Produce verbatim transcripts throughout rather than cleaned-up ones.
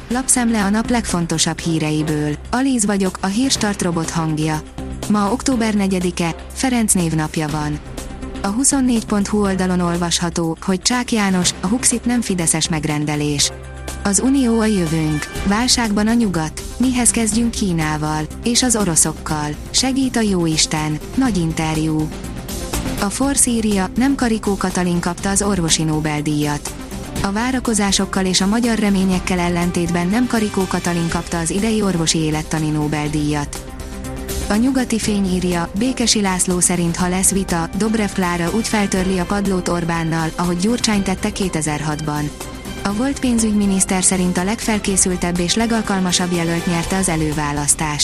Lapszemle a nap legfontosabb híreiből. Alíz vagyok, a Hírstart robot hangja. Ma október negyedike, Ferenc névnapja van. A huszonnégy pont hu oldalon olvasható, hogy Csák János, a Huxit nem fideszes megrendelés. Az Unió a jövőnk. Válságban a nyugat. Mihez kezdjünk Kínával? És az oroszokkal. Segít a jóisten. Nagy interjú. A Force írja, nem Karikó Katalin kapta az orvosi Nobel-díjat. A várakozásokkal és a magyar reményekkel ellentétben nem Karikó Katalin kapta az idei orvosi élettani Nobel-díjat. A Nyugati Fény írja, Békesi László szerint ha lesz vita, Dobrev Klára úgy feltörli a padlót Orbánnal, ahogy Gyurcsány tette kétezer-hatban. A volt pénzügyminiszter szerint a legfelkészültebb és legalkalmasabb jelölt nyerte az előválasztást.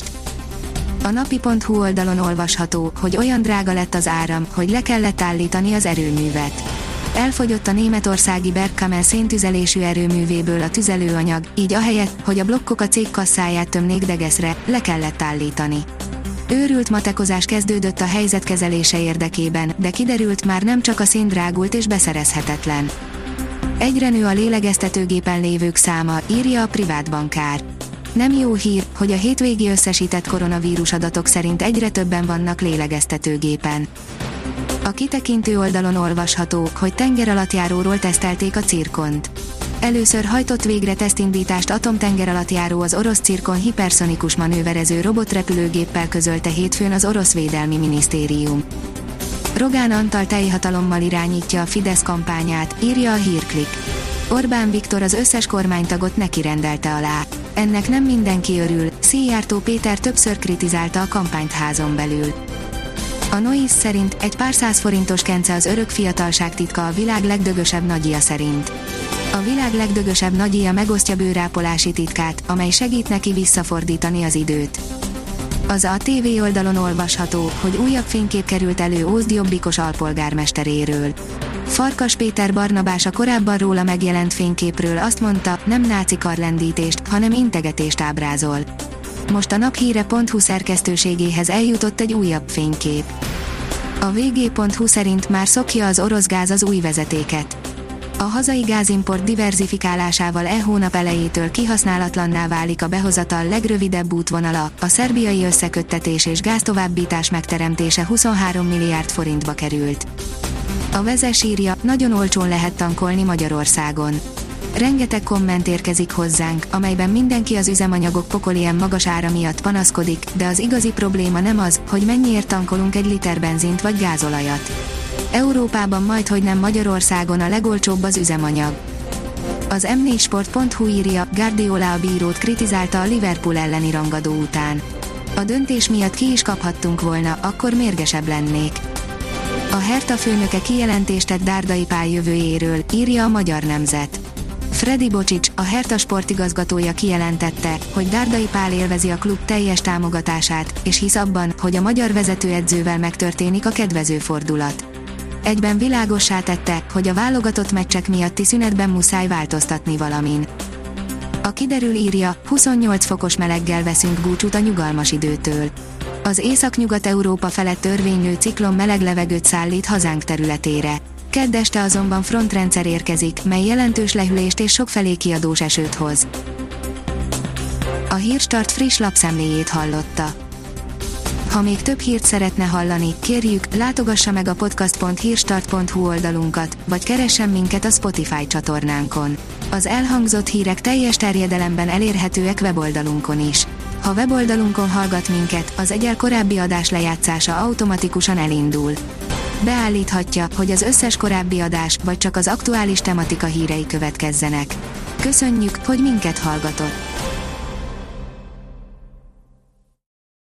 A napi pont hu oldalon olvasható, hogy olyan drága lett az áram, hogy le kellett állítani az erőművet. Elfogyott a németországi Bergkammer széntüzelésű erőművéből a tüzelőanyag, így ahelyett, hogy a blokkok a cég kasszáját tömnék degeszre, le kellett állítani. Őrült matekozás kezdődött a helyzet kezelése érdekében, de kiderült, már nem csak a szén drágult és beszerezhetetlen. Egyre nő a lélegeztetőgépen lévők száma, írja a privát bankár. Nem jó hír, hogy a hétvégi összesített koronavírus adatok szerint egyre többen vannak lélegeztetőgépen. A kitekintő oldalon olvasható, hogy tengeralattjáróról tesztelték a cirkont. Először hajtott végre tesztindítást atomtengeralattjáró az orosz cirkon hiperszonikus manőverező robotrepülőgéppel, közölte hétfőn az orosz védelmi minisztérium. Rogán Antal teljhatalommal irányítja a Fidesz kampányát, írja a Hírklik. Orbán Viktor az összes kormánytagot neki rendelte alá. Ennek nem mindenki örül, Szijjártó Péter többször kritizálta a kampányt házon belül. A Noise szerint egy pár száz forintos kence az örök fiatalság titka a világ legdögösebb nagyija szerint. A világ legdögösebb nagyija megosztja bőrápolási titkát, amely segít neki visszafordítani az időt. Az á té vé oldalon olvasható, hogy újabb fénykép került elő Ózd jobbikos alpolgármesteréről. Farkas Péter Barnabás a korábban róla megjelent fényképről azt mondta, nem náci karlendítést, hanem integetést ábrázol. Most a naphíre pont hu szerkesztőségéhez eljutott egy újabb fénykép. A vé gé pont hu szerint már szokja az orosz gáz az új vezetéket. A hazai gázimport diverzifikálásával e hónap elejétől kihasználatlanná válik a behozatal legrövidebb útvonala, a szerbiai összeköttetés és gáztovábbítás megteremtése huszonhárom milliárd forintba került. A Vezes írja, nagyon olcsón lehet tankolni Magyarországon. Rengeteg komment érkezik hozzánk, amelyben mindenki az üzemanyagok pokolien magas ára miatt panaszkodik, de az igazi probléma nem az, hogy mennyiért tankolunk egy liter benzint vagy gázolajat. Európában majdhogy nem Magyarországon a legolcsóbb az üzemanyag. Az em négy sport pont hu írja, Guardiola a bírót kritizálta a Liverpool elleni rangadó után. A döntés miatt ki is kaphattunk volna, akkor mérgesebb lennék. A Hertha főnöke kijelentést tett Dárdai Pál jövőjéről, írja a Magyar Nemzet. Fredi Bocsics, a Hertha sportigazgatója kijelentette, hogy Dárdai Pál élvezi a klub teljes támogatását, és hisz abban, hogy a magyar vezetőedzővel megtörténik a kedvező fordulat. Egyben világossá tette, hogy a válogatott meccsek miatti szünetben muszáj változtatni valamin. A Kiderül írja, huszonnyolc fokos meleggel veszünk búcsút a nyugalmas időtől. Az Észak-Nyugat-Európa felett törvénylő ciklon meleg levegőt szállít hazánk területére. Kedd este azonban frontrendszer érkezik, mely jelentős lehűlést és sokfelé kiadós esőt hoz. A Hírstart friss lapszemléjét hallotta. Ha még több hírt szeretne hallani, kérjük, látogassa meg a podcast pont hírstart pont hu oldalunkat, vagy keressen minket a Spotify csatornánkon. Az elhangzott hírek teljes terjedelemben elérhetőek weboldalunkon is. Ha weboldalunkon hallgat minket, az egyel korábbi adás lejátszása automatikusan elindul. Beállíthatja, hogy az összes korábbi adás, vagy csak az aktuális tematika hírei következzenek. Köszönjük, hogy minket hallgatott!